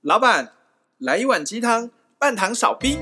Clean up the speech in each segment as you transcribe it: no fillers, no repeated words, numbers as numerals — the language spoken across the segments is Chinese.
老板，来一碗鸡汤，半糖少冰。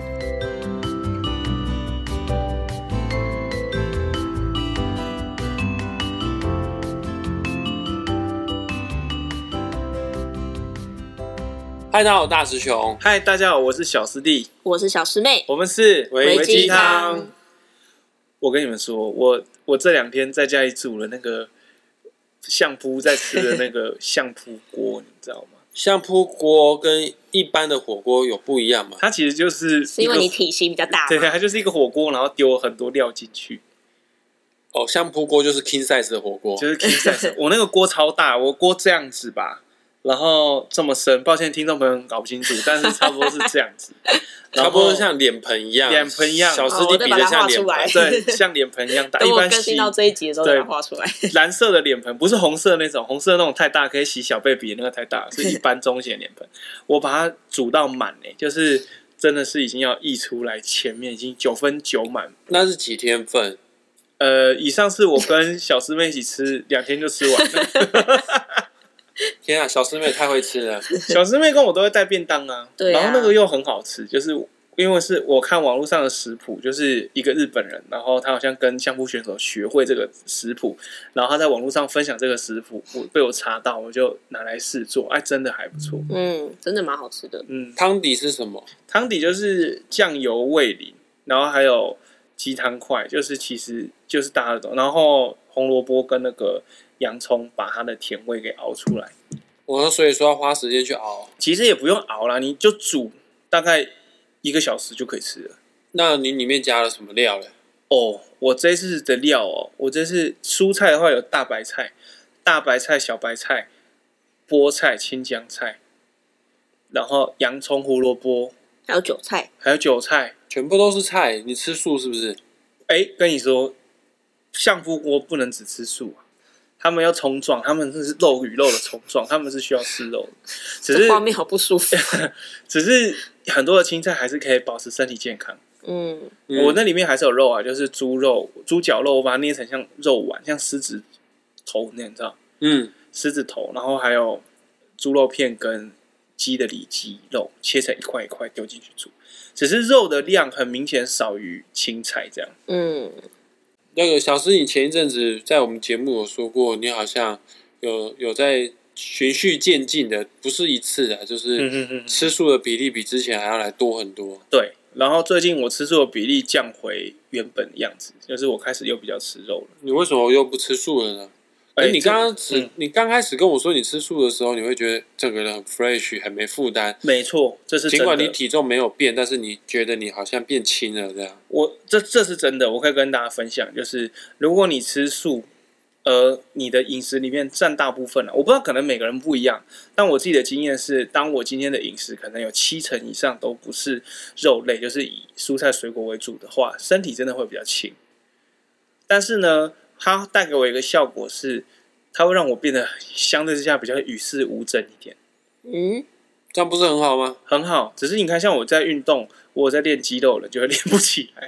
嗨，大家好，我大师兄。 嗨，大家好，我是小师弟， 我是小师妹， 我们是微鸡汤。 我跟你们说，我这2天在家里煮了那个相扑在吃的那个相扑锅，你知道吗？ 相扑锅跟一般的火锅有不一样吗？ 它其实就是因为你体型比较大嘛。 对，它就是一个火锅，然后丢很多料进去。 哦，相扑锅就是 king size 的火锅， 就是 king size。我那个锅超大，我锅这样子吧，然后这么深，抱歉听众朋友搞不清楚，但是差不多是这样子， 差不多像脸盆一样， 脸盆一样。 小师弟比的像脸盆， 对，像脸盆一样大。 等我更新到这一集的时候，再画出来。 蓝色的脸盆不是红色那种，红色那种太大可以洗小 baby 那个太大，是一般中型脸盆。我把它煮到满就是真的是已经要溢出来，前面已经9分9满。 那是几天份？ 以上是我跟小师妹一起吃，2天就吃完了。 天啊，小师妹太会吃了！ 小师妹跟我都会带便当啊， 对啊， 然后那个又很好吃，就是因为是我看网络上的食谱，就是一个日本人，然后他好像跟相扑选手学会这个食谱，然后他在网络上分享这个食谱，被我查到，我就拿来试做，真的还不错。 真的蛮好吃的。 汤底是什么？ 汤底就是酱油味淋，然后还有鸡汤块，就是其实就是大家懂，然后红萝卜跟那个洋葱把它的甜味给熬出来。 所以说要花时间去熬， 其实也不用熬啦，你就煮大概1个小时就可以吃了。 那你里面加了什么料呢？ 我这次的料我这次蔬菜的话有大白菜、小白菜、菠菜、青江菜，然后洋葱、胡萝卜， 还有韭菜， 全部都是菜。你吃素是不是？ 跟你说，相扑锅不能只吃素啊。他们要冲撞，他们是肉与肉的冲撞，他们是需要吃肉的。只是这画面好不舒服。 只是很多的青菜还是可以保持身体健康。我那里面还是有肉啊，就是猪肉、猪脚肉，我把它捏成像肉丸，像狮子头那样，你知道？狮子头，然后还有猪肉片跟鸡的里脊肉，切成一块一块丢进去煮。只是肉的量很明显少于青菜这样。 那个小师，你前一阵子在我们节目有说过，你好像有在循序渐进的，不是一次的，就是吃素的比例比之前还要来多很多。 对，然后最近我吃素的比例降回原本的样子，就是我开始又比较吃肉了。 你为什么又不吃素了呢？你刚开始跟我说你吃素的时候，你会觉得这个人很 fresh， 很没负担。 没错，这是真的。 尽管你体重没有变，但是你觉得你好像变轻了这样。 这是真的，我可以跟大家分享，就是如果你吃素，你的饮食里面占大部分我不知道可能每个人不一样，但我自己的经验是，当我今天的饮食可能有70%以上都不是肉类，就是以蔬菜水果为主的话，身体真的会比较轻。但是呢，它带给我一个效果是，它会让我变得相对之下比较与世无争一点。 这样不是很好吗？ 很好，只是你看，像我在运动，我在练肌肉了，就会练不起来。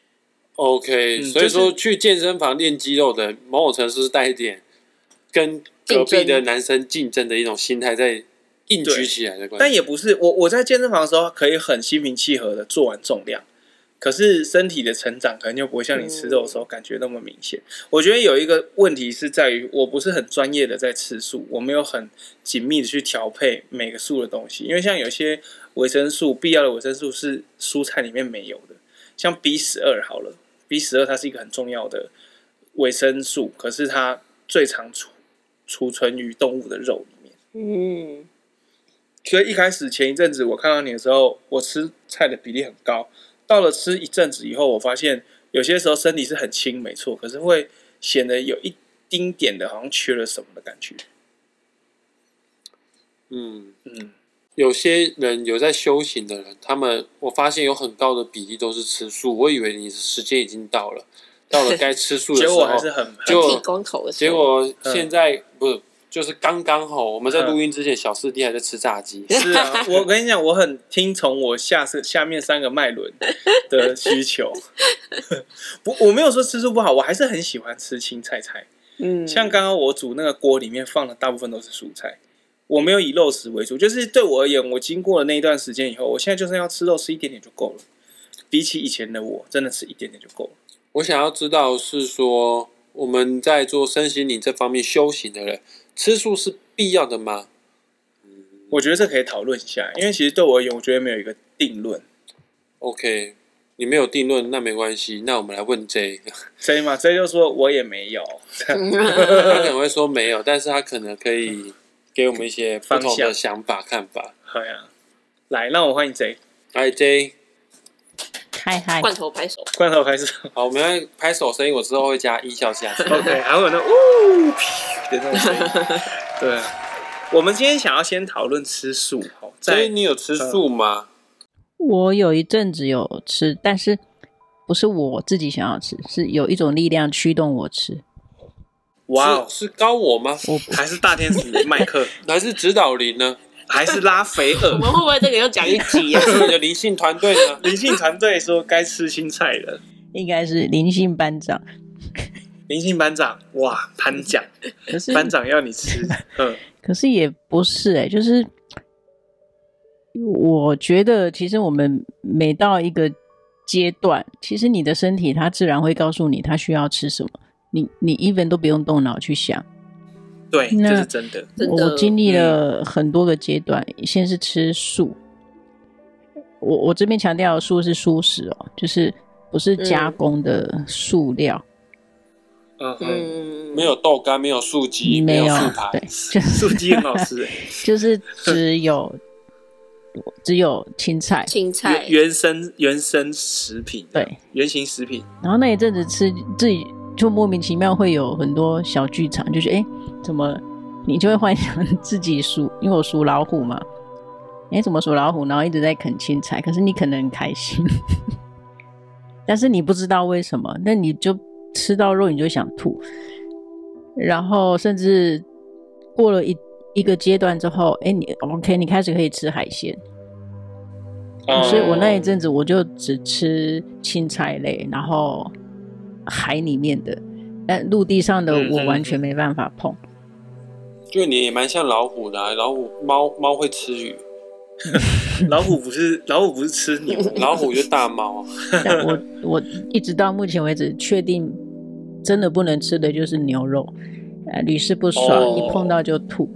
OK，所以说去健身房练肌肉的，某种程度是带一点跟隔壁的男生竞争的一种心态，在硬举起来的关系。 但也不是，我在健身房的时候可以很心平气和的做完重量，可是身体的成长可能就不会像你吃肉的时候感觉那么明显。我觉得有一个问题是在于，我不是很专业的在吃素，我没有很紧密的去调配每个素的东西，因为像有些维生素，必要的维生素是蔬菜里面没有的，像 B12 好了。B12 它是一个很重要的维生素，可是它最常储存于动物的肉里面。所以一开始前一阵子我看到你的时候，我吃菜的比例很高，到了吃一阵子以后，我发现有些时候身体是很轻没错，可是会显得有一丁点的好像缺了什么的感觉。 有些人有在修行的人，我发现有很高的比例都是吃素。我以为你时间已经到了该吃素的时候， 结果还是很剃光头的时候。 结果现在不是，就是刚刚好，我们在录音之前，小师弟还在吃炸鸡。 是啊，我跟你讲，我很听从我下面3个脉轮的需求。我没有说吃素不好，我还是很喜欢吃青菜。像刚刚我煮那个锅里面放的大部分都是蔬菜。 我没有以肉食为主，就是对我而言，我经过了那一段时间以后，我现在就算要吃肉，吃一点点就够了。比起以前的我，真的吃一点点就够了。 我想要知道是说，我们在做身心灵这方面修行的人，吃素是必要的吗？ 我觉得这可以讨论一下，因为其实对我而言，我觉得没有一个定论。 OK， 你没有定论，那没关系。那我们来问 J 嘛 ，J 就说我也没有， 他可能会说没有，但是他可能可以给我们一些不同的想法看法。 好呀，来，让我欢迎 J。 来 J。 嗨，罐头拍手， 罐头拍手。 好，我们要拍手声音，我之后会加音效下去。 OK， 还会有那呜的那种声音。对啊，我们今天想要先讨论吃素。 所以你有吃素吗？ 我有一阵子有吃，但是不是我自己想要吃，是有一种力量驱动我吃。 哇，是高我吗？ 还是大天使麦克？ 还是指导灵呢？ 还是拉斐尔？ 我们会不会这个又讲一集啊？ 你的灵性团队呢？ 灵性团队说该吃青菜了， 应该是灵性班长。 灵性班长，哇，颁奖， 可是班长要你吃， 可是也不是就是我觉得其实我们每到一个阶段，其实你的身体它自然会告诉你它需要吃什么，你 even 都不用动脑去想。 对，这是真的。 我经历了很多个阶段，先是吃素，我这边强调的素是素食哦，就是不是加工的素料。 没有豆干，没有素鸡，没有素排， 对， 素鸡很好吃， 就是只有青菜， 原生食品， 对， 原型食品。 然后那一阵子吃自己就莫名其妙会有很多小剧场，就觉得怎么你就会幻想自己属，因为我属老虎嘛，怎么属老虎，然后一直在啃青菜，可是你可能很开心，但是你不知道为什么，那你就吃到肉你就想吐，然后甚至过了一个阶段之后，你开始可以吃海鲜。所以我那一阵子我就只吃青菜类，然后海里面的，但陆地上的我完全没办法碰。 就你也蛮像老虎的啊，老虎猫会吃鱼， 老虎不是吃牛， 老虎就大猫。 但我一直到目前为止确定真的不能吃的就是牛肉，屡试不爽，一碰到就吐。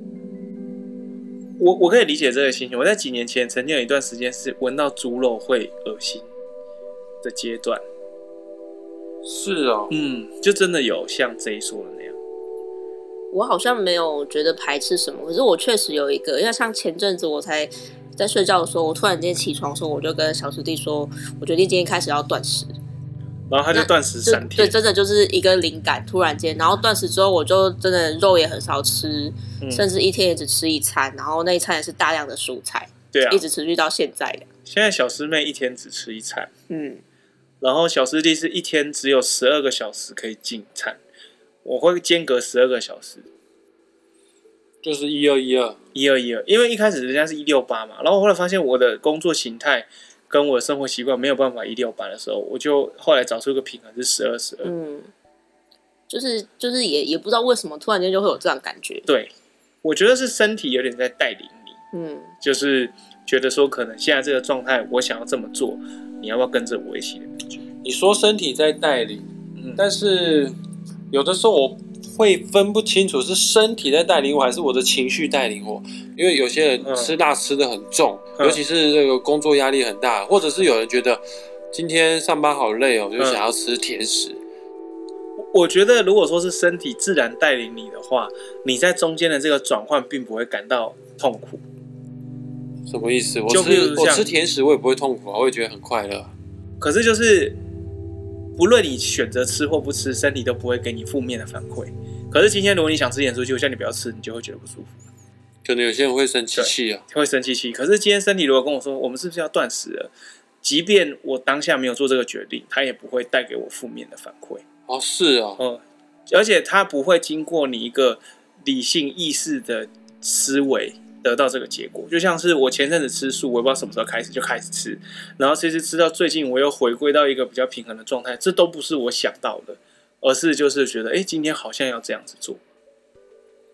我可以理解这个心情。我在几年前曾经有一段时间是闻到猪肉会恶心的阶段。 是哦， 就真的有像 J 说的那样。 我好像没有觉得排斥什么，可是我确实有一个，因为像前阵子我才在睡觉的时候，我突然间起床的时候，我就跟小师弟说，我决定今天开始要断食。 然后他就断食3天， 对，真的就是一个灵感，突然间，然后断食之后，我就真的肉也很少吃，甚至一天也只吃1餐，然后那一餐也是大量的蔬菜， 对啊， 一直持续到现在的。 现在小师妹一天只吃1餐，然后小师弟是一天只有12个小时可以进餐，我会间隔12个小时， 就是1212， 因为一开始人家是168嘛，然后我后来发现我的工作形态跟我的生活习惯没有办法168的时候，我就后来找出一个平衡是12。 就是也不知道为什么突然间就会有这样感觉。 对，我觉得是身体有点在带领你，就是觉得说可能现在这个状态我想要这么做，你要不要跟着我一起的感觉？ 你说身体在带领，但是有的时候我会分不清楚是身体在带领我还是我的情绪带领我，因为有些人吃辣吃得很重，尤其是这个工作压力很大，或者是有人觉得今天上班好累哦，就想要吃甜食。 我觉得如果说是身体自然带领你的话，你在中间的这个转换并不会感到痛苦。 什么意思？我吃甜食我也不会痛苦啊，我也觉得很快乐。 可是就是不论你选择吃或不吃，身体都不会给你负面的反馈。可是今天如果你想吃盐酥鸡，我叫你不要吃，你就会觉得不舒服。 可能有些人会生气啊， 会生气。可是今天身体如果跟我说我们是不是要断食了，即便我当下没有做这个决定，它也不会带给我负面的反馈。 哦，是哦， 而且它不会经过你一个理性意识的思维得到这个结果。就像是我前阵子吃素，我也不知道什么时候开始就开始吃，然后其实吃到最近我又回归到一个比较平衡的状态，这都不是我想到的，而是就是觉得今天好像要这样子做。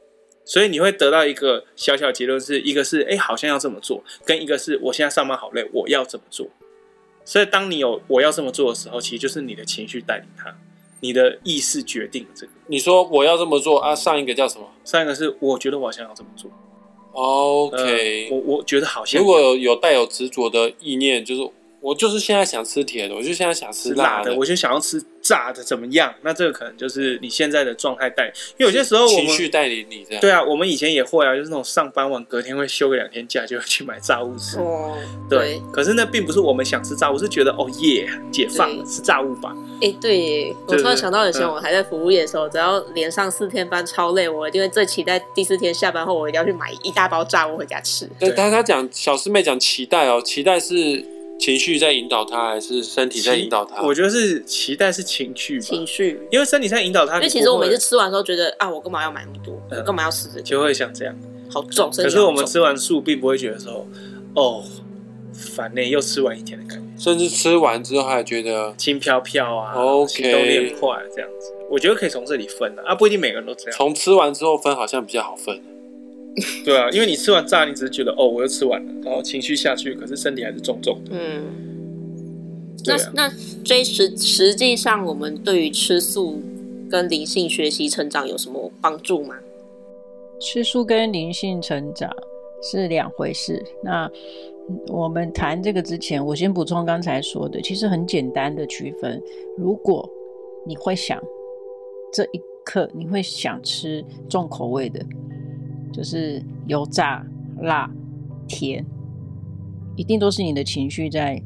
所以你会得到一个小小结论是，一个是好像要这么做，跟一个是我现在上班好累，我要这么做。所以当你有我要这么做的时候，其实就是你的情绪带领它，你的意识决定了这个。 你说我要这么做啊，上一个叫什么？ 上一个是我觉得我好像要这么做。 OK， 我觉得好像如果有带有执着的意念，就是我就是现在想吃甜的，我就现在想吃辣的， 我就想要吃炸的，怎么样？那这个可能就是你现在的状态带领，因为有些时候我们情绪带领你这样。 对啊，我们以前也会啊，就是那种上班完隔天会休个2天假，就会去买炸物吃。对。可是那并不是我们想吃炸物，是觉得耶解放了，吃炸物吧。 对耶，我突然想到以前我还在服务业的时候，只要连上4天班超累，我一定会最期待第4天下班后，我一定要去买一大包炸物回家吃。 对，他讲小师妹讲期待哦，期待是情绪在引导他，还是身体在引导他？ 我觉得是期待是情绪吧， 因为身体在引导他。 因为其实我每次吃完的时候觉得我干嘛要买那么多？我干嘛要吃这个？ 就会像这样， 好重。 可是我们吃完素，并不会觉得说烦又吃完1天的感觉。 甚至吃完之后还觉得轻飘飘啊， OK， 行动力快这样子。我觉得可以从这里分不一定每个人都这样。 从吃完之后分好像比较好分。 对啊，因为你吃完炸，你只是觉得我又吃完了，然后情绪下去，可是身体还是重重的。 那实际上我们对于吃素跟灵性学习成长有什么帮助吗？ 吃素跟灵性成长是2回事。那我们谈这个之前，我先补充刚才说的，其实很简单的区分。如果你会想这一刻你会想吃重口味的，就是油炸、辣、甜，一定都是你的情绪在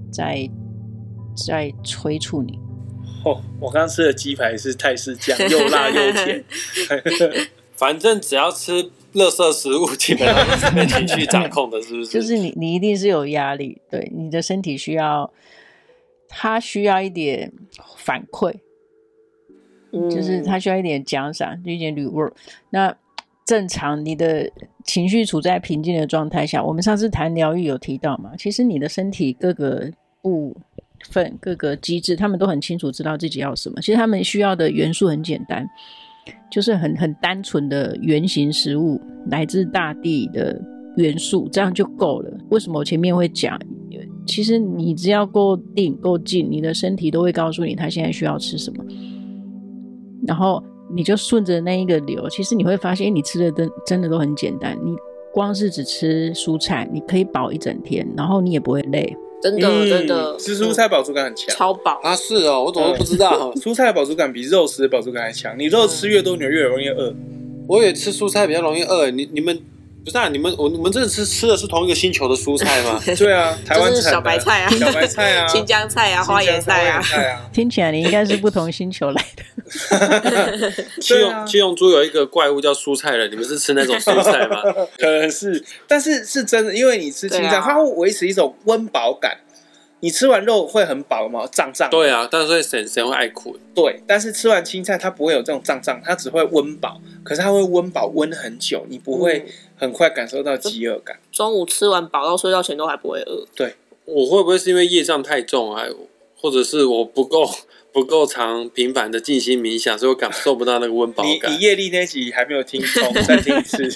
催促你。 我刚刚吃的鸡排是泰式酱，又辣又甜。 反正只要吃垃圾食物，基本上都是被情绪掌控的，是不是？ 就是你一定是有压力，对，你的身体它需要一点反馈，就是它需要一点奖赏，就一点 reward。那正常你的情绪处在平静的状态下，我们上次谈疗愈有提到嘛，其实你的身体各个部分、各个机制，他们都很清楚知道自己要什么。其实他们需要的元素很简单，就是很单纯的原型食物，来自大地的元素，这样就够了。为什么我前面会讲，其实你只要够定够近，你的身体都会告诉你它现在需要吃什么，然后你就顺着那一个流。其实你会发现你吃的真的都很简单，你光是只吃蔬菜你可以饱一整天，然后你也不会累。 真的吃蔬菜饱足感很强， 超饱啊！是哦，我怎么都不知道。 蔬菜的饱足感比肉食的饱足感还强，你肉吃越多，你越容易饿。 我也吃蔬菜比较容易饿。你们不是啊？你们真的吃的是同一个星球的蔬菜吗？ 对啊，台湾就是小白菜啊， 小白菜啊， 青江菜啊，花椰菜啊。 听起来你应该是不同星球来的。 七龙珠有一个怪物叫蔬菜人，你们是吃那种蔬菜吗？ 可能是，但是是真的，因为你吃青菜，它会维持一种温饱感。你吃完肉会很饱嘛，胀胀。 对啊，但是会神会爱困。 对，但是吃完青菜它不会有这种胀胀，它只会温饱，可是它会温饱温很久，你不会很快感受到饥饿感。 中午吃完饱到睡觉前都还不会饿。 对， 我会不会是因为业障太重啊，或者是我不够常频繁的静心冥想，所以我感受不到那个温饱感。 你业力那集还没有听通，再听一次。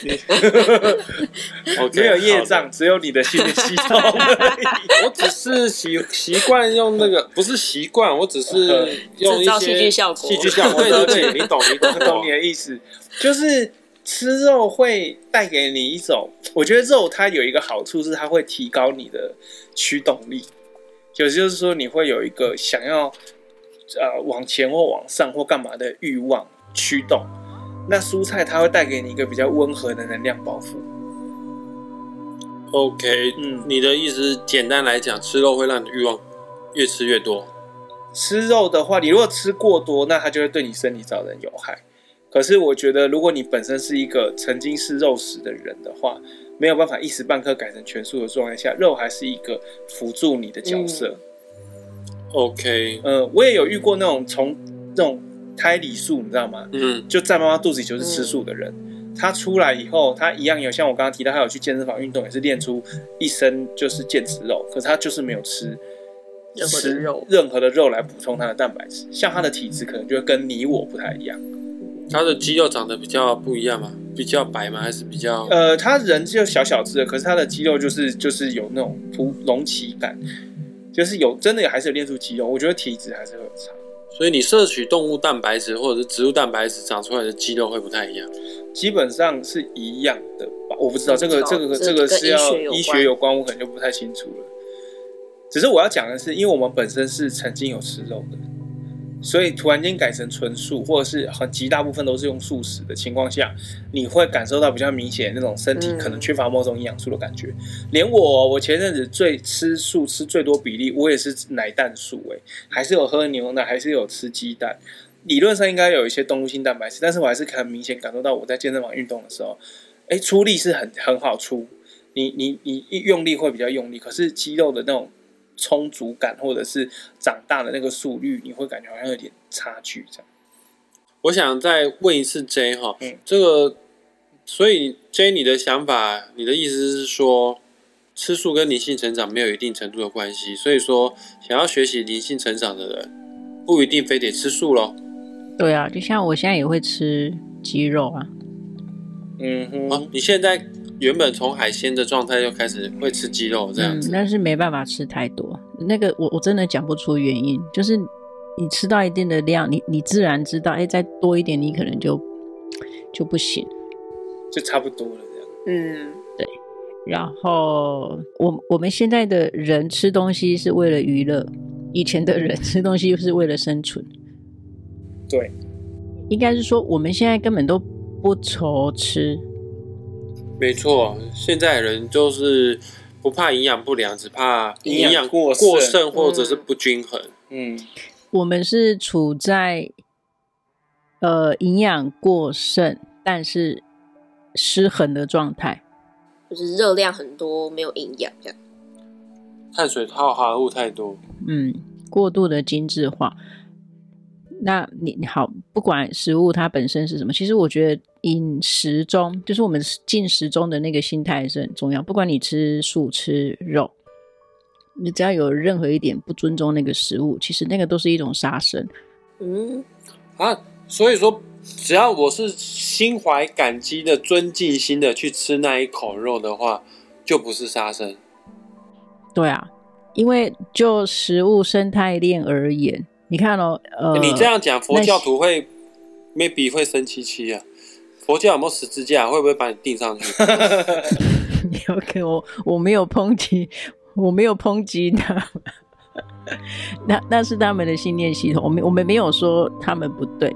没有业障，只有你的心理系统而已。 我只是习惯用那个，不是习惯，我只是用一些戏剧效果。 对，你懂你的意思，就是吃肉会带给你一种，我觉得肉它有一个好处是它会提高你的驱动力，就是说你会有一个想要往前或往上或干嘛的欲望驱动。那蔬菜它会带给你一个比较温和的能量包袱。 OK， 你的意思简单来讲，吃肉会让你欲望越吃越多。 吃肉的话，你如果吃过多，那它就会对你身体造成有害。可是我觉得，如果你本身是一个曾经是肉食的人的话，没有办法一时半刻改成全素的状态下，肉还是一个辅助你的角色。 OK， 我也有遇过那种从那种胎里素，你知道吗？就在妈妈肚子里就是吃素的人，他出来以后，他一样有像我刚刚提到，他有去健身房运动，也是练出一身就是腱子肉，可是他就是没有吃任何的肉来补充他的蛋白质，像他的体质可能就会跟你我不太一样。 他的肌肉长得比较不一样吗？ 比较白吗？还是比较？ 他人就小小只的，可是他的肌肉就是有那种隆起感，就是真的还是有练出肌肉。我觉得体质还是会有差。 所以你摄取动物蛋白质或者是植物蛋白质长出来的肌肉会不太一样？ 基本上是一样的吧，我不知道这个是要医学有关，我可能就不太清楚了。只是我要讲的是，因为我们本身是曾经有吃肉的。所以突然间改成纯素，或者是极大部分都是用素食的情况下，你会感受到比较明显那种身体可能缺乏某种营养素的感觉。连我前阵子吃素吃最多比例，我也是奶蛋素，还是有喝牛奶，还是有吃鸡蛋。理论上应该有一些动物性蛋白质，但是我还是很明显感受到我在健身房运动的时候，出力是很好出，你用力会比较用力，可是肌肉的那种充足感或者是长大的那个速率，你会感觉好像有点差距这样。 我想再问一次 J 哈，这个，所以 J 你的想法，你的意思是说，吃素跟灵性成长没有一定程度的关系，所以说想要学习灵性成长的人，不一定非得吃素咯。 对啊，就像我现在也会吃鸡肉啊。 你现在原本从海鲜的状态就开始会吃鸡肉这样子， 但是没办法吃太多。那个我真的讲不出原因，就是你吃到一定的量，你自然知道，再多一点你可能就不行， 就差不多了这样。 对。然后我们现在的人吃东西是为了娱乐，以前的人吃东西是为了生存。 对， 应该是说我们现在根本都不愁吃。 没错，现在人就是不怕营养不良，只怕营养过剩或者是不均衡。 我们是处在营养过剩但是失衡的状态， 就是热量很多没有营养这样， 碳水化合物太多， 过度的精致化。那你好，不管食物它本身是什么，其实我觉得饮食中，就是我们进食中的那个心态是很重要。不管你吃素吃肉，你只要有任何一点不尊重那个食物，其实那个都是一种杀生。 所以说只要我是心怀感激的尊敬心的去吃那一口肉的话，就不是杀生。 对啊，因为就食物生态链而言，你看你这样讲，佛教徒会 maybe 会生气啊。佛教有没有十字架？会不会把你钉上去？ 有可能我没有抨击他们，那是他们的信念系统，我们没有说他们不对。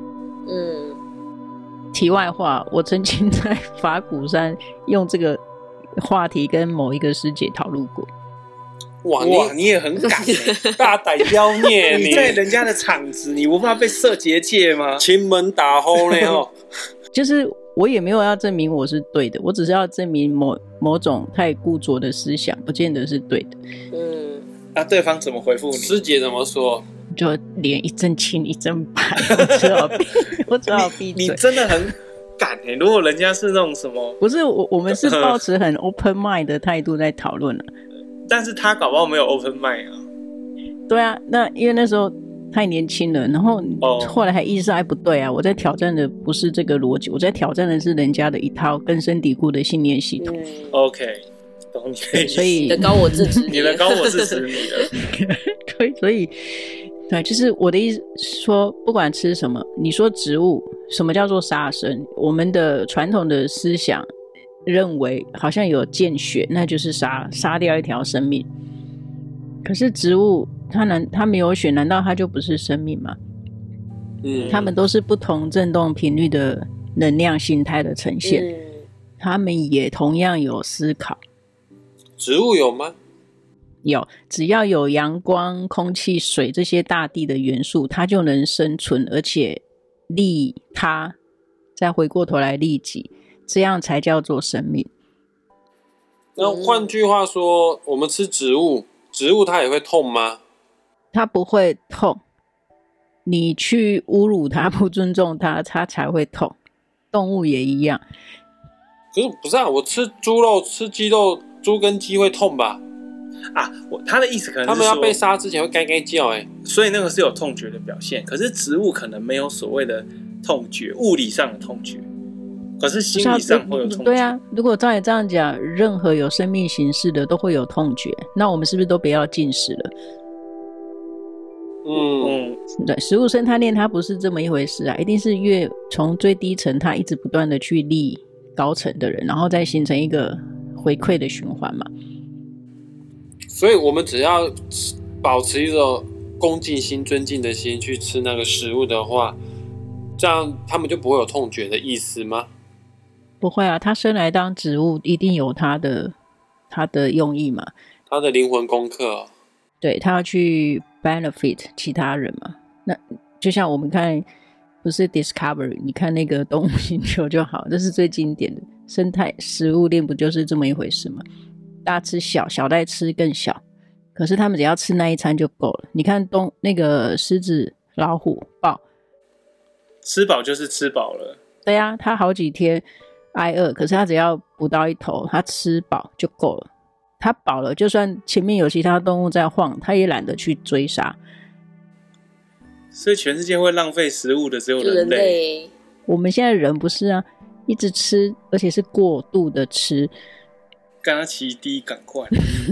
题外话，我曾经在法鼓山用这个话题跟某一个师姐讨论过。 哇，你也很敢大胆妖孽！ 你在人家的场子，你不怕被设结界吗？ 亲门打吼呢哦！ 就是我也没有要证明我是对的，我只是要证明某种太固着的思想不见得是对的。 那对方怎么回复你？ 师姐怎么说？ 就脸一阵青一阵白，我只好闭嘴。 你真的很敢如果人家是那种什么， 不是我们是抱持很 open mind 的态度在讨论了。 但是他搞不好没有 open mind 啊。 对啊，那因为那时候太年轻了，然后后来还意识到不对啊，我在挑战的不是这个逻辑，我在挑战的是人家的一套根深蒂固的信念系统。 OK， 懂你的意思。 所以你的高我支持你， 你的高我支持你的。 对，所以对，就是我的意思说，不管吃什么，你说植物，什么叫做杀生？我们的传统的思想认为好像有见血，那就是杀掉一条生命。可是植物它没有血，难道它就不是生命吗？它们都是不同振动频率的能量形态的呈现，它们也同样有思考。 植物有吗？ 有，只要有阳光、空气、水这些大地的元素，它就能生存，而且利他，再回过头来利己，这样才叫做生命。 那换句话说，我们吃植物它也会痛吗？ 它不会痛，你去侮辱它、不尊重它，它才会痛。动物也一样。 可是不是啊，我吃猪肉、吃鸡肉，猪跟鸡会痛吧？ 他的意思可能是他们要被杀之前会该叫所以那个是有痛觉的表现。可是植物可能没有所谓的痛觉，物理上的痛觉。 可是心理上会有痛觉。 对啊，如果照你这样讲，任何有生命形式的都会有痛觉，那我们是不是都不要进食了？对，食物生态链它不是这么一回事啊，一定是越从最低层它一直不断的去利高层的人，然后再形成一个回馈的循环嘛。 所以我们只要保持一种恭敬心、尊敬的心去吃那个食物的话，这样他们就不会有痛觉的意思吗？ 不会啊，他生来当植物一定有他的用意嘛， 他的灵魂功课。 对，他要去 benefit 其他人嘛。那就像我们看不是 Discovery， 你看那个动物星球就好，这是最经典的生态食物链，不就是这么一回事吗？大吃小，小再吃更小，可是他们只要吃那一餐就够了。你看那个狮子、老虎、豹， 吃饱就是吃饱了。 对啊，他好几天挨饿，可是他只要捕到一头，他吃饱就够了。他饱了，就算前面有其他动物在晃，他也懒得去追杀。 所以全世界会浪费食物的只有人类。 我们现在人不是啊，一直吃，而且是过度的吃。 跟他骑低，赶快！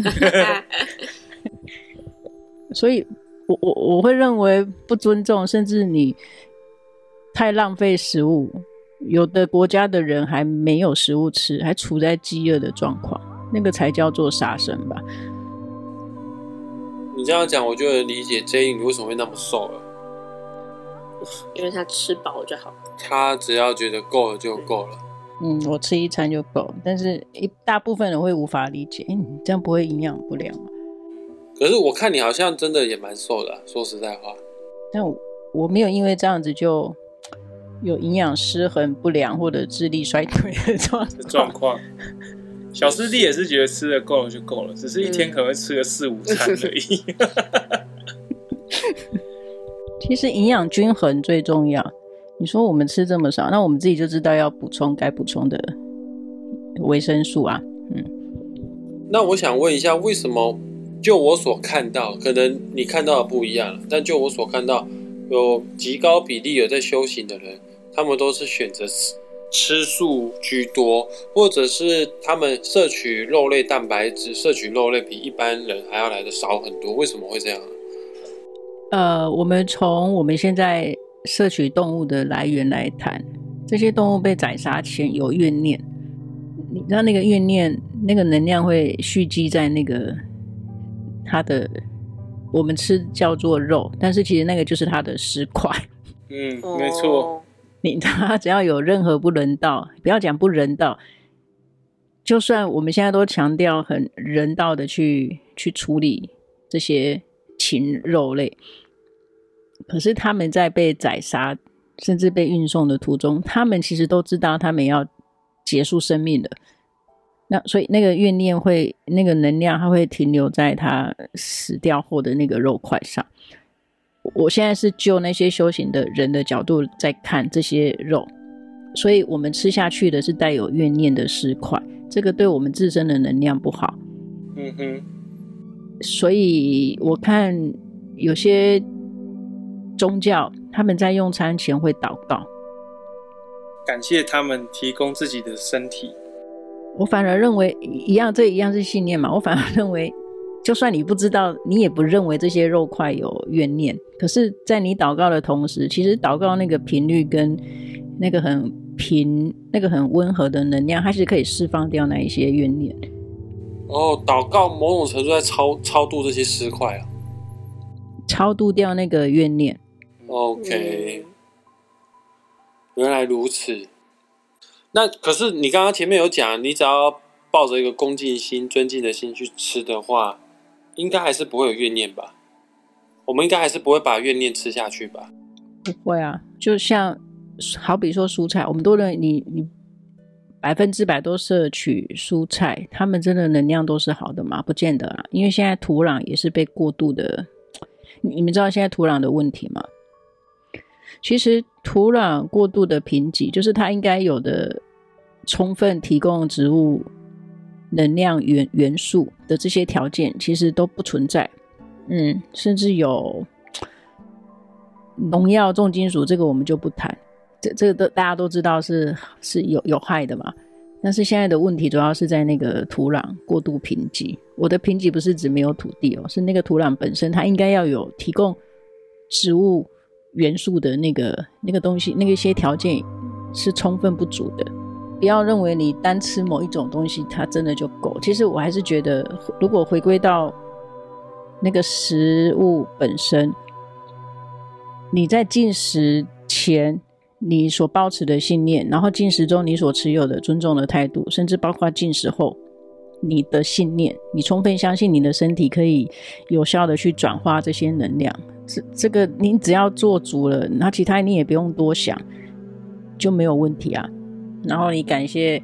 所以我会认为不尊重，甚至你太浪费食物。有的国家的人还没有食物吃，还处在饥饿的状况，那个才叫做杀生吧。 你这样讲，我就能理解 Jay 你为什么会那么瘦了。 因为他吃饱就好， 他只要觉得够了就够了。 我吃一餐就够，但是一大部分人会无法理解，你这样不会营养不良吗？ 可是我看你好像真的也蛮瘦的啊，说实在话。 但我没有因为这样子就有营养失衡不良或者智力衰退的状况。 小师弟也是觉得吃的够了就够了，只是一天可能会吃个4-5餐而已。 其实营养均衡最重要。你说我们吃这么少，那我们自己就知道要补充该补充的维生素啊。 那我想问一下，为什么就我所看到，可能你看到的不一样，但就我所看到，有极高比例有在修行的人，他们都是选择吃素居多，或者是他们摄取肉类蛋白质，摄取肉类比一般人还要来的少很多。为什么会这样呢？ 我们从我们现在摄取动物的来源来谈，这些动物被宰杀前有怨念，你知道那个怨念，那个能量会蓄积在那个它的，我们吃叫做肉，但是其实那个就是它的尸块。 没错。 它只要有任何不人道，不要讲不人道，就算我们现在都强调很人道的去处理这些禽肉类，可是他们在被宰杀甚至被运送的途中，他们其实都知道他们要结束生命了。那所以那个怨念会，那个能量它会停留在他死掉后的那个肉块上。我现在是就那些修行的人的角度在看这些肉，所以我们吃下去的是带有怨念的尸块，这个对我们自身的能量不好。所以我看有些宗教他们在用餐前会祷告， 感谢他们提供自己的身体。 我反而认为这一样是信念嘛，我反而认为就算你不知道，你也不认为这些肉块有怨念，可是在你祷告的同时，其实祷告那个频率跟那个很温和的能量，它是可以释放掉那一些怨念。 祷告某种程度在超度这些尸块啊， 超度掉那个怨念。 OK，原来如此。那可是你刚刚前面有讲，你只要抱着一个恭敬心、尊敬的心去吃的话，应该还是不会有怨念吧？我们应该还是不会把怨念吃下去吧？ 不会啊，就像好比说蔬菜，我们都认为你100%都摄取蔬菜，他们真的能量都是好的吗？不见得啊，因为现在土壤也是被过度的，你们知道现在土壤的问题吗？其实土壤过度的贫瘠，就是它应该有的充分提供植物能量元素的这些条件其实都不存在。甚至有农药、重金属，这个我们就不谈。 这个大家都知道是有害的嘛。但是现在的问题主要是在那个土壤过度贫瘠。我的贫瘠不是指没有土地是那个土壤本身它应该要有提供植物元素的那个东西，那个一些条件是充分不足的。不要认为你单吃某一种东西它真的就够。其实我还是觉得，如果回归到那个食物本身，你在进食前你所抱持的信念，然后进食中你所持有的尊重的态度，甚至包括进食后你的信念，你充分相信你的身体可以有效的去转化这些能量，这个你只要做足了，那其他你也不用多想，就没有问题啊。然后你感谢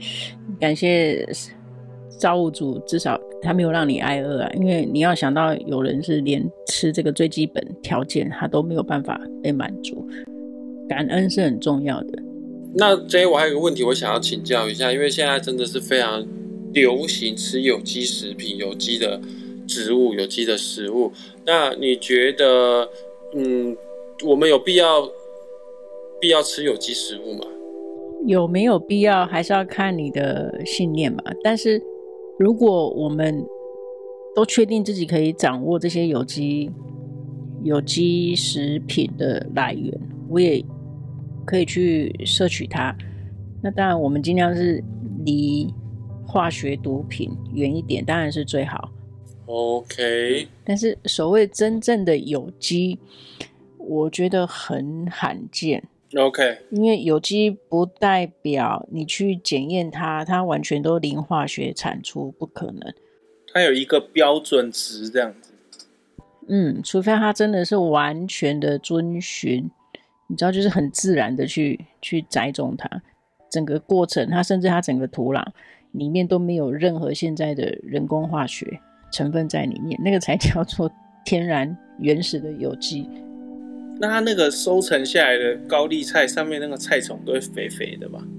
造物主，至少他没有让你挨饿啊，因为你要想到有人是连吃这个最基本条件他都没有办法被满足，感恩是很重要的。 那 J 我还有个问题我想要请教一下，因为现在真的是非常流行吃有机食品、有机的植物、有机的食物，那你觉得我们有必要吃有机食物吗？ 有没有必要还是要看你的信念嘛。但是如果我们都确定自己可以掌握这些有机食品的来源，我也可以去摄取它，那当然我们尽量是离化学毒品远一点，当然是最好。 OK， 但是所谓真正的有机我觉得很罕见。 OK， 因为有机不代表你去检验它完全都零化学产出，不可能。 它有一个标准值这样子。 除非它真的是完全的遵循，你知道，就是很自然的去栽种它，整个过程，它甚至它整个土壤里面都没有任何现在的人工化学成分在里面，那个才叫做天然原始的有机。 那它那个收成下来的高丽菜上面那个菜虫都会肥肥的吧？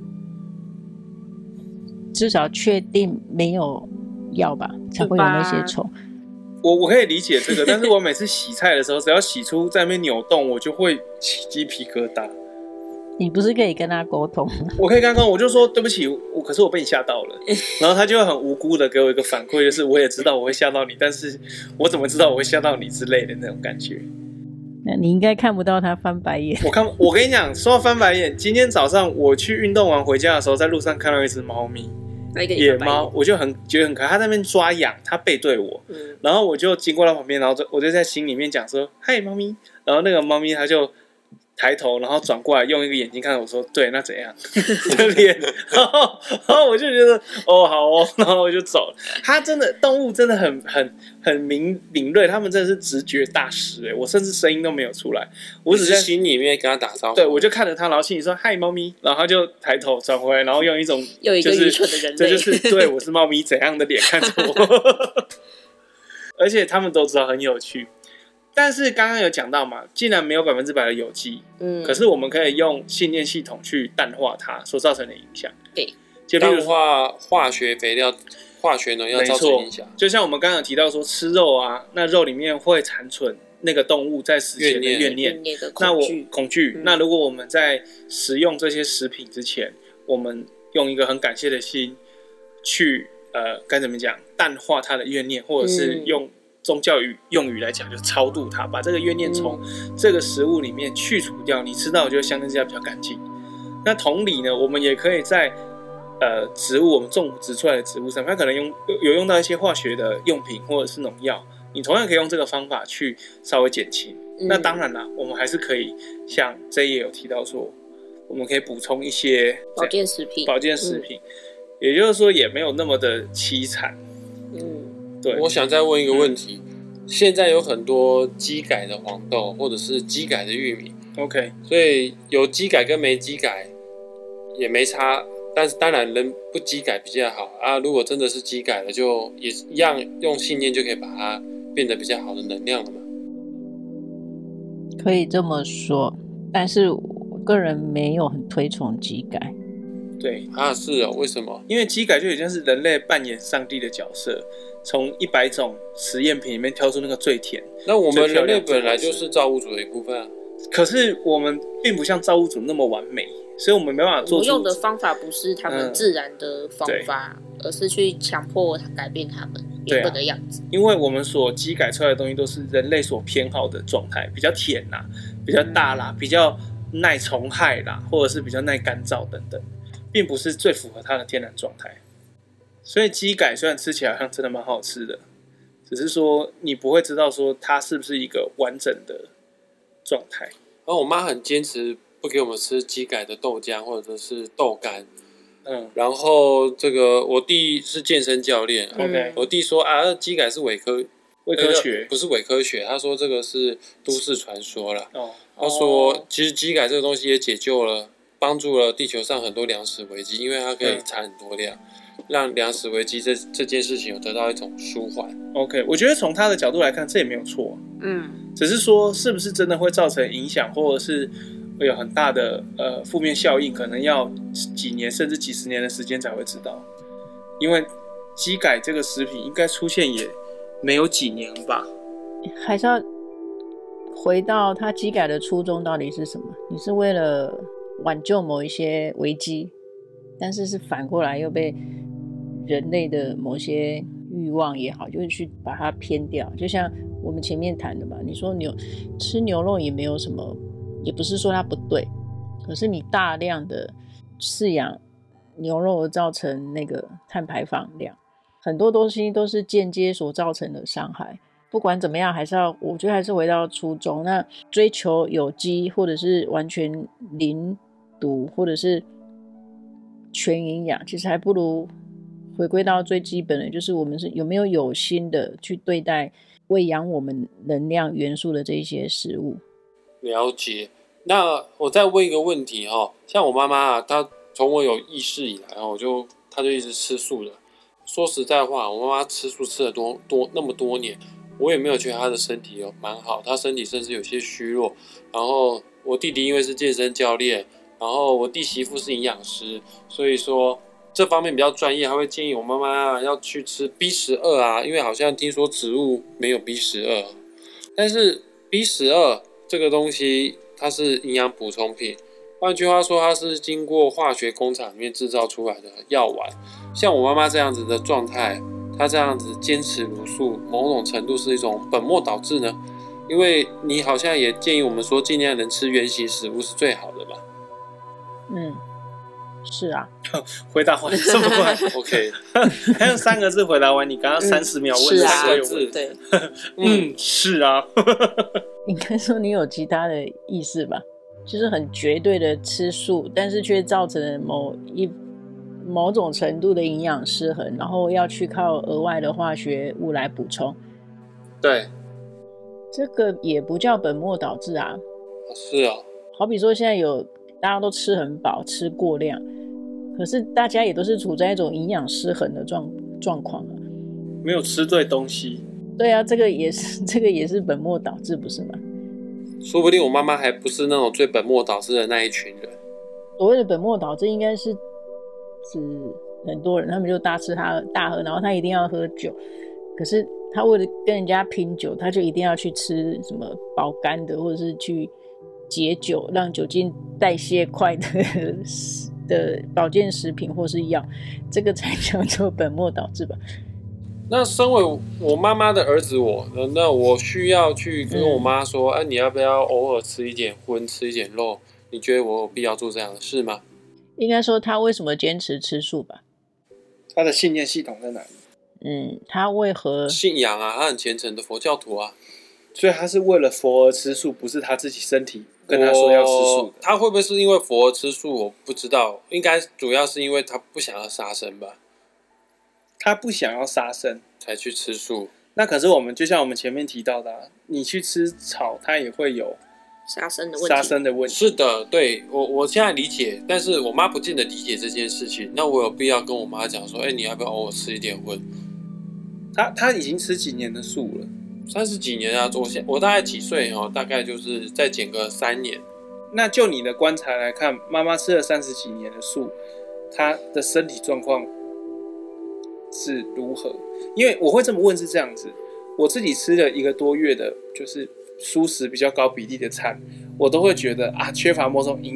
至少确定没有药吧，才会有那些虫。 我可以理解这个，但是我每次洗菜的时候，只要洗出在那边扭动，我就会起鸡皮疙瘩。 你不是可以跟他沟通吗？ 我可以跟他沟通，我就说对不起，可是我被你吓到了。然后他就会很无辜的给我一个反馈，就是我也知道我会吓到你，但是我怎么知道我会吓到你之类的那种感觉。 那你应该看不到他翻白眼。 我跟你讲，说到翻白眼，今天早上我去运动完回家的时候，在路上看到一只猫咪，野猫，我就觉得很可爱，它在那边抓痒，它背对我，然后我就经过它旁边，然后我就在心里面讲说：“嗨，猫咪。”然后那个猫咪它就抬头，然后转过来，用一个眼睛看我说：“对，那怎样？”的脸，然后我就觉得哦好哦，然后我就走了。它真的动物真的很敏锐，他们真的是直觉大师我甚至声音都没有出来，我只是在心里面跟他打招呼。 对，我就看着他，然后心里说：“嗨，猫咪。”然后他就抬头转回来，然后用一种有一个愚蠢的人类， 这就是对我是猫咪怎样的脸看着我。而且他们都知道很有趣。但是刚刚有讲到嘛，既然没有100%的有机，可是我们可以用信念系统去淡化它所造成的影响。 对， 就比如淡化化学肥料、化学农药造成影响。 就像我们刚刚有提到说，吃肉啊，那肉里面会残存那个动物在死前的怨念，那我恐惧。那如果我们在食用这些食品之前，我们用一个很感谢的心去该怎么讲，淡化它的怨念，或者是用宗教用语来讲，就超度它，把这个怨念从这个食物里面去除掉，你吃到就相对之下比较干净。那同理呢，我们也可以在植物我们种植出来的植物上面，它可能有用到一些化学的用品或者是农药，你同样可以用这个方法去稍微减轻。那当然啦，我们还是可以像 J 也有提到说，我们可以补充一些保健食品， 也就是说也没有那么的凄惨。对， 我想再问一个问题，现在有很多基改的黄豆或者是基改的玉米 ，OK， 所以有基改跟没基改也没差，但是当然人不基改比较好啊。如果真的是基改了，就也一样用信念就可以把它变得比较好的能量了嘛。 可以这么说，但是我个人没有很推崇基改。 对啊，是哦，为什么？ 因为基改就有点像是人类扮演上帝的角色，从100种实验品里面挑出那个最甜。 那我们人类本来就是造物主的一部分啊。 可是我们并不像造物主那么完美， 所以我们没办法做出。 我用的方法不是他们自然的方法，而是去强迫改变他们原本的样子。 因为我们所机改出来的东西都是人类所偏好的状态，比较甜啦，比较大啦，比较耐虫害啦，或者是比较耐干燥等等，并不是最符合它的天然状态。所以机改虽然吃起来好像真的蛮好吃的，只是说你不会知道说它是不是一个完整的状态。 然后我妈很坚持不给我们吃机改的豆浆或者是豆干。然后这个我弟是健身教练，我弟说啊，机改是伪科学，不是伪科学，他说这个是都市传说啦。他说其实机改这个东西也解救了，帮助了地球上很多粮食危机，因为它可以产很多量，让粮食危机这件事情有得到一种舒缓。 OK， 我觉得从他的角度来看，这也没有错。只是说是不是真的会造成影响，或者是会有很大的负面效应，可能要几年甚至几十年的时间才会知道。因为机改这个食品应该出现也没有几年吧。 还是要回到它机改的初衷到底是什么？你是为了挽救某一些危机，但是反过来又被人类的某些欲望也好，就是去把它偏掉。就像我们前面谈的嘛，你说吃牛肉也没有什么，也不是说它不对，可是你大量的饲养牛肉而造成那个碳排放量，很多东西都是间接所造成的伤害。不管怎么样，我觉得还是回到初衷，那追求有机或者是完全零毒或者是全营养，其实还不如回归到最基本的，就是我们是有没有有心的去对待喂养我们能量元素的这一些食物。 了解。那我再问一个问题像我妈妈啊，她从我有意识以来她就一直吃素的。说实在话，我妈妈吃素吃了那么多年，我也没有觉得她的身体蛮好，她身体甚至有些虚弱。然后我弟弟因为是健身教练，然后我弟媳妇是营养师，所以说这方面比较专业，他会建议我妈妈要去吃 B12啊，因为好像听说植物没有 B12， 但是 B12这个东西它是营养补充品，换句话说，它是经过化学工厂里面制造出来的药丸。像我妈妈这样子的状态，她这样子坚持茹素，某种程度是一种本末倒置呢？因为你好像也建议我们说，尽量能吃原型食物是最好的吧？ 是啊。 回答完这么快 OK， 还有3个字回答完，你刚刚30秒问3个字， 对， 是啊。 应该说你有其他的意思吧，就是很绝对的吃素，但是却造成了某种程度的营养失衡，然后要去靠额外的化学物来补充。 对， 这个也不叫本末倒置啊。 是啊。 好比说现在大家都吃很饱，吃过量，可是大家也都是处在一种营养失衡的状况啊， 没有吃对东西。 对啊，这个也是本末倒置，不是吗？ 说不定我妈妈还不是那种最本末倒置的那一群人。 所谓的本末倒置，应该是指很多人他们就大吃大喝，然后他一定要喝酒，可是他为了跟人家拼酒，他就一定要去吃什么保肝的，或者是去解酒，让酒精代谢快的保健食品或是药，这个才叫做本末倒置吧。 那身为我妈妈的儿子那我需要去跟我妈说，你要不要偶尔吃一点荤，吃一点肉？你觉得我有必要做这样的事吗？ 应该说他为什么坚持吃素吧？ 他的信念系统在哪里？ 他为何信仰啊？他很虔诚的佛教徒啊， 所以他是为了佛而吃素，不是他自己身体跟他说要吃素的。 他会不会是因为佛而吃素？我不知道，应该主要是因为他不想要杀生吧。 他不想要杀生才去吃素。 那可是就像我们前面提到的你去吃草，它也会有杀生的问题。 是的，对，我现在理解，但是我妈不见得理解这件事情。那我有必要跟我妈讲说，你要不要偶尔吃一点荤？ 他已经吃几年的素了 ？30几年啊！我大概几岁大概就是再减个3年。 那就你的观察来看，妈妈吃了30几年的素，她的身体状况是如何？因为我会这么问是这样子，我自己吃了1个多月的，就是蔬食比较高比例的餐，我都会觉得缺乏某种营养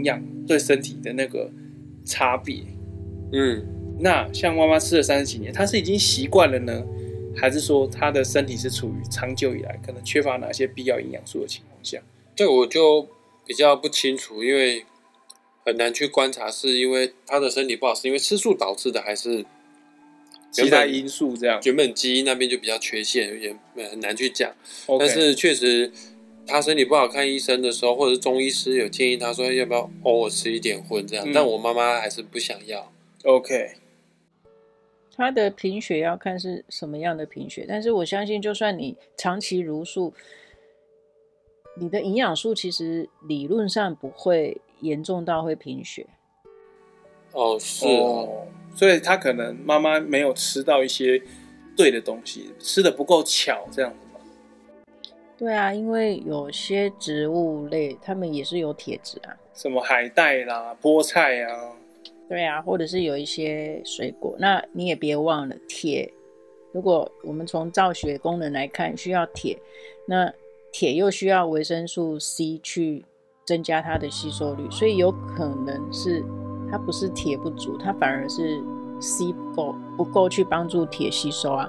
对身体的那个差别。 嗯， 那像妈妈吃了30几年，她是已经习惯了呢，还是说她的身体是处于长久以来可能缺乏哪些必要营养素的情况下？ 这个我就比较不清楚，因为很难去观察，是因为她的身体不好，是因为吃素导致的，还是其他因素这样？ 原本基因那边就比较缺陷，也很难去讲。 Okay. 但是确实，他身体不好看医生的时候，或者是中医师有建议他说要不要偶尔吃一点荤这样，但我妈妈还是不想要。 OK， 他的贫血要看是什么样的贫血，但是我相信，就算你长期茹素，你的营养素其实理论上不会严重到会贫血。 哦，是哦， 所以他可能妈妈没有吃到一些对的东西，吃的不够巧这样子吗？ 对啊，因为有些植物类它们也是有铁质啊， 什么海带啦、菠菜啊。 对啊，或者是有一些水果，那你也别忘了铁。如果我们从造血功能来看，需要铁，那铁又需要维生素 C 去增加它的吸收率，所以有可能是它不是铁不足，它反而是 C 不够去帮助铁吸收啊。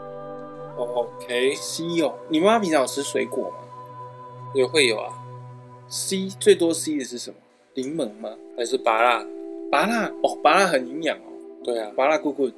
OK， C 哦，你妈妈平常有吃水果吗？ 也会有啊。 C 最多 C 的是什么？柠檬吗？ 还是芭乐？ 芭乐哦，芭乐很营养哦。 对啊， 芭乐 good。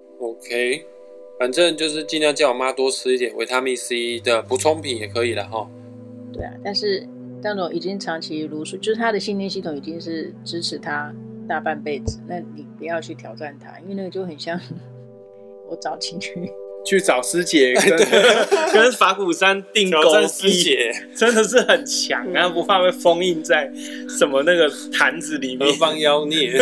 OK， 反正就是尽量叫我妈多吃一点维他命 C 的补充品也可以了哈。 对啊，但是那种已经长期茹素，就是他的信念系统已经是支持他大半辈子，那你不要去挑战他，因为那个就很像我早期去找师姐跟法鼓山定勾师姐，真的是很强啊，不怕被封印在什么那个坛子里面， 何方妖孽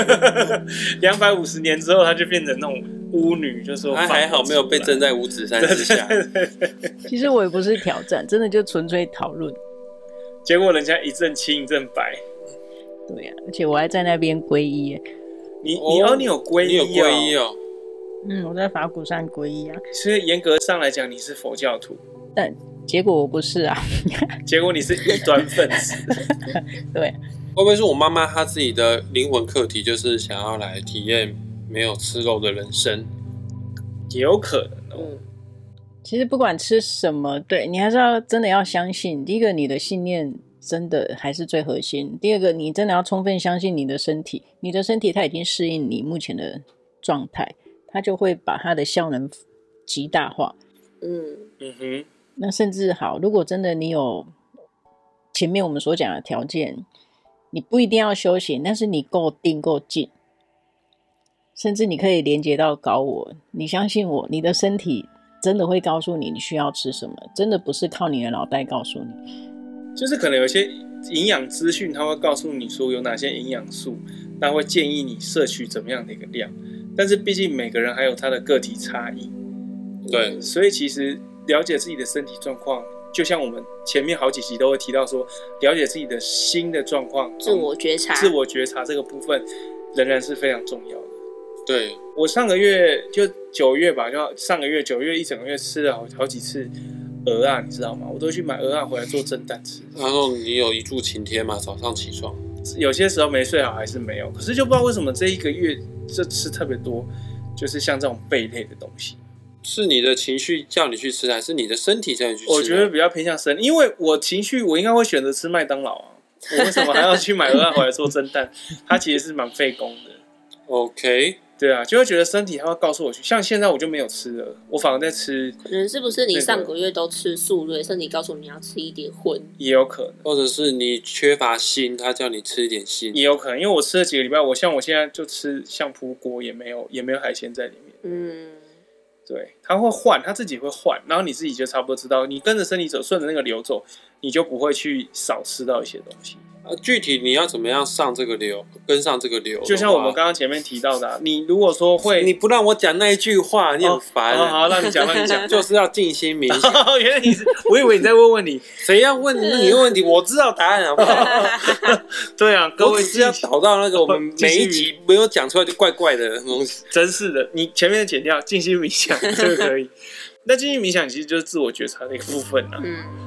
？250年之后，她就变成那种巫女，就说还好没有被镇在五指山之下。 其实我也不是挑战，真的就纯粹讨论。 结果人家一阵青一阵白。 对啊，而且我还在那边皈依。 你有皈依？ 你有皈依哦？ 我在法鼓山皈依啊。 所以严格上来讲，你是佛教徒， 但结果我不是啊。 结果你是异端分子。 对， 会不会是我妈妈她自己的灵魂课题，就是想要来体验没有吃肉的人生？ 也有可能哦。 其实不管吃什么，对你还是要真的要相信。第一个，你的信念真的还是最核心；第二个，你真的要充分相信你的身体，你的身体它已经适应你目前的状态。它就会把它的效能极大化。那甚至好，如果真的你有前面我们所讲的条件，你不一定要修行，但是你够定够静，甚至你可以连接到高我，你相信我，你的身体真的会告诉你你需要吃什么，真的不是靠你的脑袋告诉你。 就是可能有些营养资讯，它会告诉你说有哪些营养素，那会建议你摄取怎么样的一个量。但是毕竟每个人还有他的个体差异， 对， 所以其实了解自己的身体状况，就像我们前面好几集都会提到说，了解自己的心的状况， 自我觉察这个部分仍然是非常重要的。 对， 我上个月就9月吧，就上个月9月一整个月吃了好几次鹅啊，你知道吗？我都去买鹅啊回来做蒸蛋吃。 然后你有一柱擎天吗？早上起床？ 有些时候没睡好还是没有，可是就不知道为什么这一个月就吃特别多，就是像这种贝类的东西。 是你的情绪叫你去吃，还是你的身体叫你去吃？ 我觉得比较偏向身，因为我情绪我应该会选择吃麦当劳啊，我为什么还要去买鹅啊回来做蒸蛋？它其实是蛮费工的。 OK， 对啊，就会觉得身体它会告诉我去，像现在我就没有吃了，我反而在吃。 可能是不是你上个月都吃素，所以身体告诉你要吃一点荤？ 也有可能， 或者是你缺乏锌，他叫你吃一点锌。 也有可能，因为我吃了几个礼拜，我现在就吃相扑锅，也没有海鲜在里面。对，它会换，它自己会换，然后你自己就差不多知道，你跟着身体走，顺着那个流走，你就不会去少吃到一些东西。 具体你要怎么样上这个流，跟上这个流？ 就像我们刚刚前面提到的，你如果说会， 你不让我讲那一句话，你很烦。 好，让你讲， 就是要静心冥想。 原来你是，我以为你在问题， 谁要问你的问题？我知道答案，好不好？ 对啊，各位只是要导到那个我们每一集没有讲出来就怪怪的东西。 真是的，你前面的剪掉，静心冥想这个可以。那静心冥想其实就是自我觉察的一个部分啊。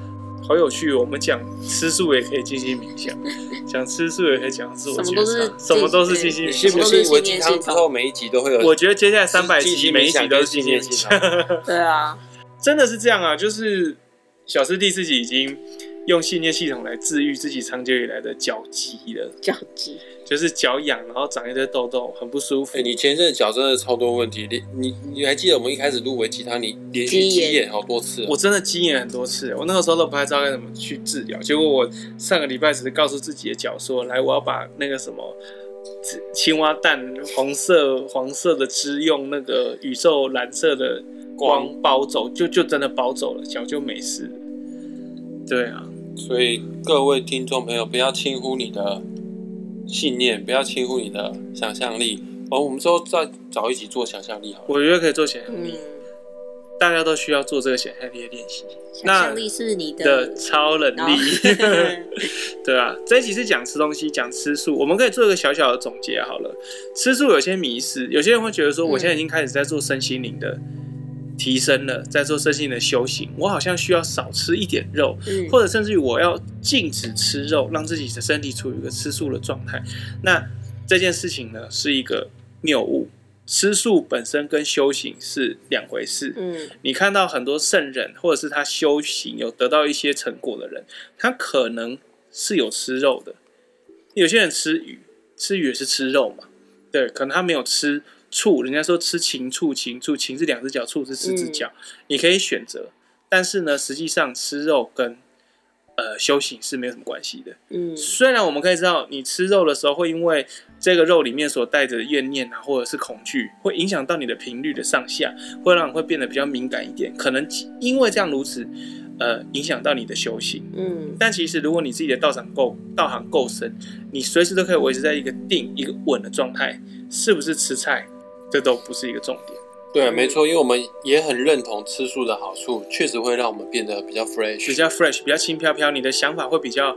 好有趣哦！我们讲吃素也可以静心冥想，讲吃素也可以讲自我觉察，什么都是静心冥想。 你信不信？我鸡汤之后每一集都会有？ 我觉得接下来300集每一集都是静心冥想。 对啊， 真的是这样啊！就是小师弟自己已经用信念系统来治愈自己长久以来的脚疾了。 脚疾就是脚痒，然后长一堆痘痘，很不舒服。 你前阵子脚真的超多问题，你还记得我们一开始录维鸡汤，你连续鸡眼好多次。 我真的鸡眼很多次，我那个时候都不太知道该怎么去治疗。结果我上个礼拜只是告诉自己的脚说：“来，我要把那个什么青蛙蛋黄色的汁用那个宇宙蓝色的光包走，就真的包走了，脚就没事了。”对啊， 所以各位听众朋友，不要轻忽你的信念，不要轻忽你的想象力。我们之后再找一集做想象力好了。 我觉得可以做想象力，大家都需要做这个想象力的练习。 想象力是你的超能力，对啊。这一集是讲吃东西，讲吃素，我们可以做一个小小的总结好了。吃素有些迷思，有些人会觉得说，我现在已经开始在做身心灵的提升了，在做身心的修行，我好像需要少吃一点肉，或者甚至于我要禁止吃肉，让自己的身体处于一个吃素的状态。那这件事情呢，是一个谬误。吃素本身跟修行是两回事。你看到很多圣人，或者是他修行有得到一些成果的人，他可能是有吃肉的。有些人吃鱼也是吃肉嘛，对，可能他没有吃醋，人家说吃禽畜，禽是2只脚，醋是4只脚，你可以选择。但是呢，实际上吃肉跟修行是没有什么关系的。虽然我们可以知道，你吃肉的时候会因为这个肉里面所带着的怨念啊，或者是恐惧，会影响到你的频率的上下，会让你会变得比较敏感一点，可能因为这样如此，影响到你的修行。但其实如果你自己的道行够深，你随时都可以维持在一个定、一个稳的状态，是不是吃菜，这都不是一个重点。 对，没错，因为我们也很认同吃素的好处，确实会让我们变得比较 fresh， 比较轻飘飘，你的想法会比较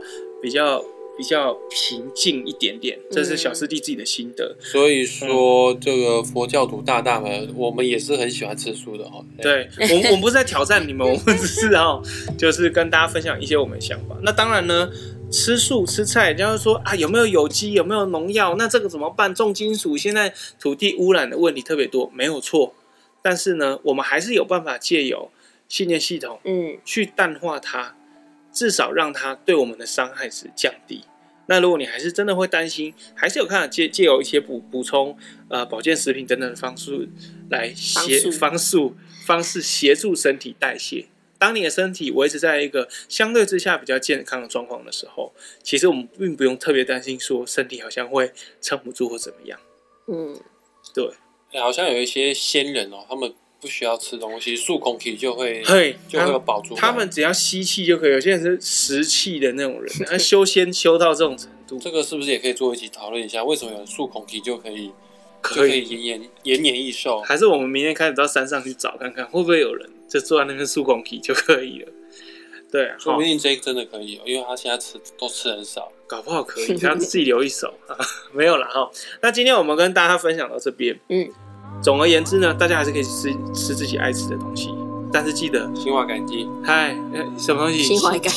平静一点点，这是小师弟自己的心得。 所以说，这个佛教徒大大们，我们也是很喜欢吃素的哈。 对，我们不是在挑战你们，我们只是就是跟大家分享一些我们的想法。那当然呢，吃素吃菜，人家会说啊，有没有有机，有没有农药？那这个怎么办？重金属，现在土地污染的问题特别多，没有错。但是呢，我们还是有办法借由信念系统，去淡化它，至少让它对我们的伤害值降低。那如果你还是真的会担心，还是有看法借由一些补充保健食品等等的方式来方式协助身体代谢。当你的身体维持在一个相对之下比较健康的状况的时候，其实我们并不用特别担心说身体好像会撑不住或怎么样。对。 好像有一些仙人他们不需要吃东西，漱口气就会有饱足感。他们只要吸气就可以。有些人是食气的那种人，他修仙修到这种程度。 这个是不是也可以做一集讨论一下？为什么有人漱口气就可以延年益寿？ 还是我们明天开始到山上去找看看，会不会有人就坐在那边漱口气就可以了？对啊， 说不定 Jake 真的可以因为他现在都吃很少， 搞不好可以，他自己留一手没有啦那今天我们跟大家分享到这边，总而言之呢，大家还是可以吃自己爱吃的东西，但是记得心怀感激。 什么东西？ 心怀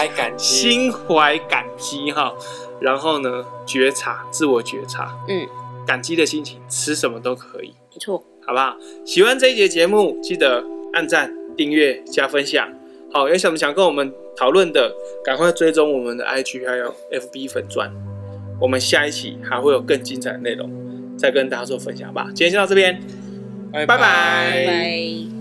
感激然后呢，自我觉察，感激的心情，吃什么都可以， 没错， 好不好？喜欢这一节节目，记得按赞、订阅、加分享。好，有什么想跟我们讨论的，赶快追踪我们的 IG 还有 FB 粉专，我们下一期还会有更精彩的内容再跟大家做分享吧。今天先到这边，拜拜。